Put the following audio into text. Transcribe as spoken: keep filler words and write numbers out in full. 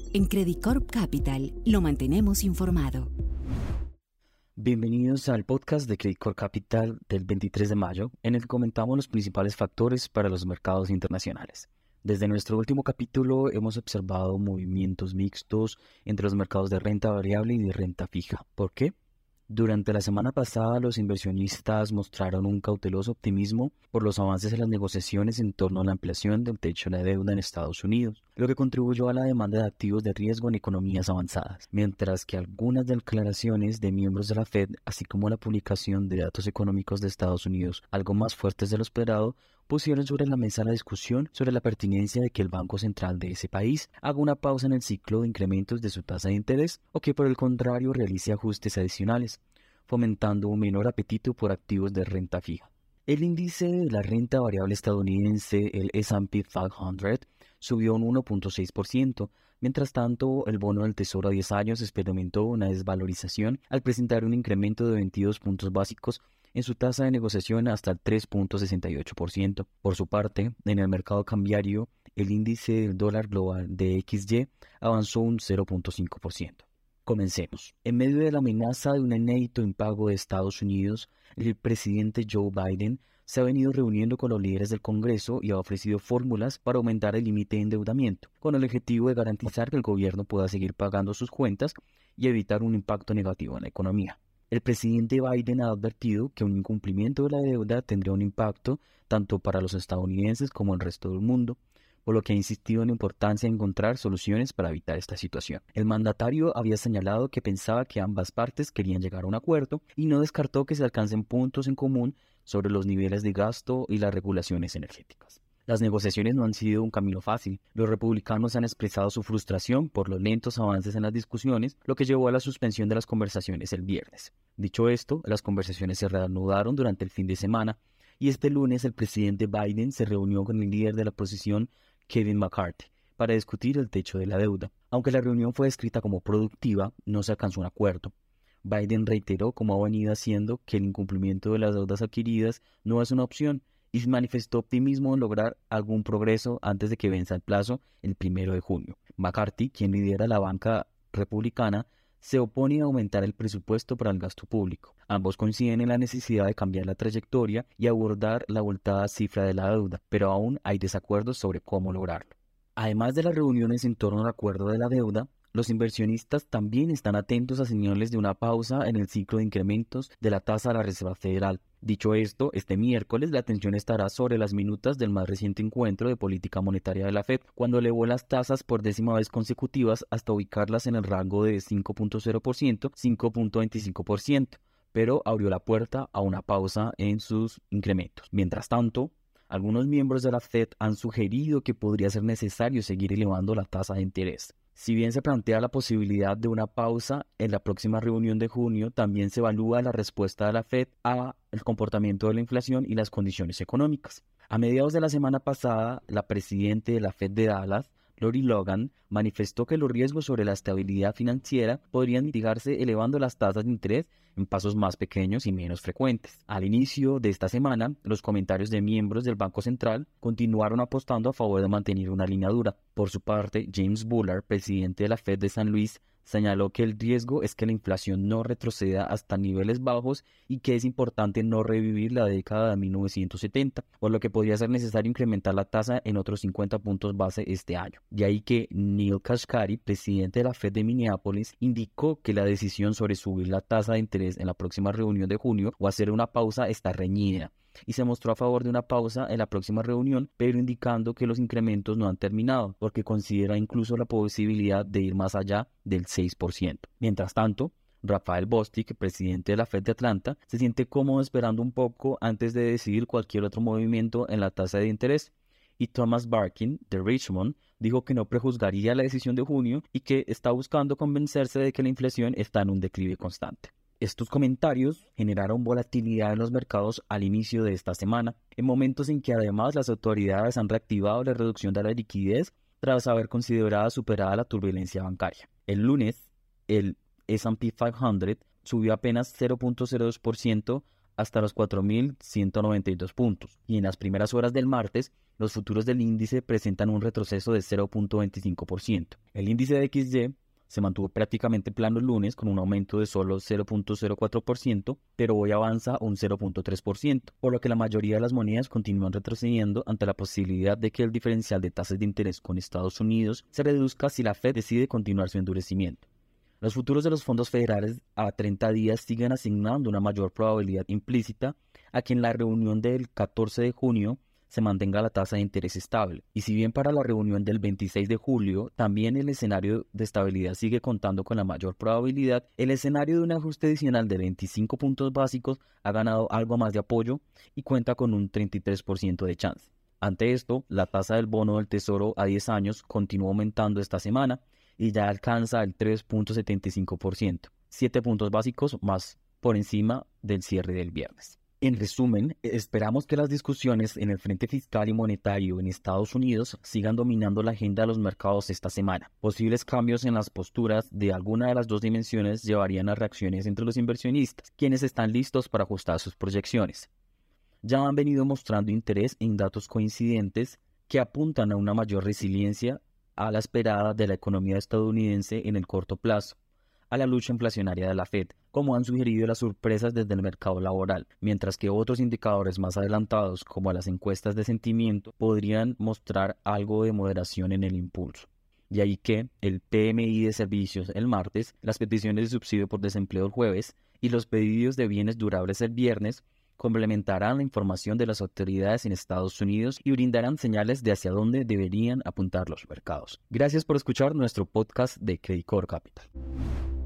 En Credit Corp Capital lo mantenemos informado. Bienvenidos al podcast de Credit Corp Capital del veintitrés de mayo, en el que comentamos los principales factores para los mercados internacionales. Desde nuestro último capítulo hemos observado movimientos mixtos entre los mercados de renta variable y de renta fija. ¿Por qué? Durante la semana pasada, los inversionistas mostraron un cauteloso optimismo por los avances en las negociaciones en torno a la ampliación del techo de la deuda en Estados Unidos, lo que contribuyó a la demanda de activos de riesgo en economías avanzadas, mientras que algunas declaraciones de miembros de la Fed, así como la publicación de datos económicos de Estados Unidos, algo más fuertes de lo esperado, pusieron sobre la mesa la discusión sobre la pertinencia de que el Banco Central de ese país haga una pausa en el ciclo de incrementos de su tasa de interés o que por el contrario realice ajustes adicionales, fomentando un menor apetito por activos de renta fija. El índice de la renta variable estadounidense, el S and P quinientos, subió un uno punto seis por ciento, mientras tanto el bono del Tesoro a diez años experimentó una desvalorización al presentar un incremento de veintidós puntos básicos en su tasa de negociación hasta el tres punto sesenta y ocho por ciento. Por su parte, en el mercado cambiario, el índice del dólar global de X Y avanzó un cero punto cinco por ciento. Comencemos. En medio de la amenaza de un inédito impago de Estados Unidos, el presidente Joe Biden se ha venido reuniendo con los líderes del Congreso y ha ofrecido fórmulas para aumentar el límite de endeudamiento, con el objetivo de garantizar que el gobierno pueda seguir pagando sus cuentas y evitar un impacto negativo en la economía. El presidente Biden ha advertido que un incumplimiento de la deuda tendría un impacto tanto para los estadounidenses como el resto del mundo, por lo que ha insistido en la importancia de encontrar soluciones para evitar esta situación. El mandatario había señalado que pensaba que ambas partes querían llegar a un acuerdo y no descartó que se alcancen puntos en común sobre los niveles de gasto y las regulaciones energéticas. Las negociaciones no han sido un camino fácil. Los republicanos han expresado su frustración por los lentos avances en las discusiones, lo que llevó a la suspensión de las conversaciones el viernes. Dicho esto, las conversaciones se reanudaron durante el fin de semana y este lunes el presidente Biden se reunió con el líder de la oposición, Kevin McCarthy, para discutir el techo de la deuda. Aunque la reunión fue descrita como productiva, no se alcanzó un acuerdo. Biden reiteró, como ha venido haciendo, que el incumplimiento de las deudas adquiridas no es una opción y manifestó optimismo en lograr algún progreso antes de que venza el plazo el primero de junio. McCarthy, quien lidera la banca republicana, se opone a aumentar el presupuesto para el gasto público. Ambos coinciden en la necesidad de cambiar la trayectoria y abordar la abultada cifra de la deuda, pero aún hay desacuerdos sobre cómo lograrlo. Además de las reuniones en torno al acuerdo de la deuda, los inversionistas también están atentos a señales de una pausa en el ciclo de incrementos de la tasa de la Reserva Federal. Dicho esto, este miércoles la atención estará sobre las minutas del más reciente encuentro de política monetaria de la Fed, cuando elevó las tasas por décima vez consecutivas hasta ubicarlas en el rango de cinco punto cero por ciento a cinco punto veinticinco por ciento, pero abrió la puerta a una pausa en sus incrementos. Mientras tanto, algunos miembros de la Fed han sugerido que podría ser necesario seguir elevando la tasa de interés. Si bien se plantea la posibilidad de una pausa en la próxima reunión de junio, también se evalúa la respuesta de la Fed al comportamiento de la inflación y las condiciones económicas. A mediados de la semana pasada, la presidenta de la Fed de Dallas, Lori Logan, manifestó que los riesgos sobre la estabilidad financiera podrían mitigarse elevando las tasas de interés en pasos más pequeños y menos frecuentes. Al inicio de esta semana, los comentarios de miembros del Banco Central continuaron apostando a favor de mantener una línea dura. Por su parte, James Bullard, presidente de la Fed de San Luis, señaló que el riesgo es que la inflación no retroceda hasta niveles bajos y que es importante no revivir la década de mil novecientos setenta, por lo que podría ser necesario incrementar la tasa en otros cincuenta puntos base este año. De ahí que Neil Kashkari, presidente de la Fed de Minneapolis, indicó que la decisión sobre subir la tasa de interés en la próxima reunión de junio o hacer una pausa está reñida, y se mostró a favor de una pausa en la próxima reunión, pero indicando que los incrementos no han terminado, porque considera incluso la posibilidad de ir más allá del seis por ciento. Mientras tanto, Rafael Bostic, presidente de la Fed de Atlanta, se siente cómodo esperando un poco antes de decidir cualquier otro movimiento en la tasa de interés. Y Thomas Barkin, de Richmond, dijo que no prejuzgaría la decisión de junio y que está buscando convencerse de que la inflación está en un declive constante. Estos comentarios generaron volatilidad en los mercados al inicio de esta semana, en momentos en que además las autoridades han reactivado la reducción de la liquidez tras haber considerado superada la turbulencia bancaria. El lunes, el S and P quinientos subió apenas cero punto cero dos por ciento hasta los cuatro mil ciento noventa y dos puntos. Y en las primeras horas del martes, los futuros del índice presentan un retroceso de cero punto veinticinco por ciento. El índice de X Y se mantuvo prácticamente plano el lunes con un aumento de solo cero punto cero cuatro por ciento, pero hoy avanza un cero punto tres por ciento, por lo que la mayoría de las monedas continúan retrocediendo ante la posibilidad de que el diferencial de tasas de interés con Estados Unidos se reduzca si la Fed decide continuar su endurecimiento. Los futuros de los fondos federales a treinta días siguen asignando una mayor probabilidad implícita a que en la reunión del catorce de junio se mantenga la tasa de interés estable. Y si bien para la reunión del veintiséis de julio también el escenario de estabilidad sigue contando con la mayor probabilidad, el escenario de un ajuste adicional de veinticinco puntos básicos ha ganado algo más de apoyo y cuenta con un treinta y tres por ciento de chance. Ante esto, la tasa del bono del Tesoro a diez años continúa aumentando esta semana y ya alcanza el tres punto setenta y cinco por ciento, siete puntos básicos más por encima del cierre del viernes. En resumen, esperamos que las discusiones en el frente fiscal y monetario en Estados Unidos sigan dominando la agenda de los mercados esta semana. Posibles cambios en las posturas de alguna de las dos dimensiones llevarían a reacciones entre los inversionistas, quienes están listos para ajustar sus proyecciones. Ya han venido mostrando interés en datos coincidentes que apuntan a una mayor resiliencia a la esperada de la economía estadounidense en el corto plazo, a la lucha inflacionaria de la Fed, como han sugerido las sorpresas desde el mercado laboral, mientras que otros indicadores más adelantados, como las encuestas de sentimiento, podrían mostrar algo de moderación en el impulso. Y ahí que el P M I de servicios el martes, las peticiones de subsidio por desempleo el jueves y los pedidos de bienes durables el viernes complementarán la información de las autoridades en Estados Unidos y brindarán señales de hacia dónde deberían apuntar los mercados. Gracias por escuchar nuestro podcast de Credicorp Capital.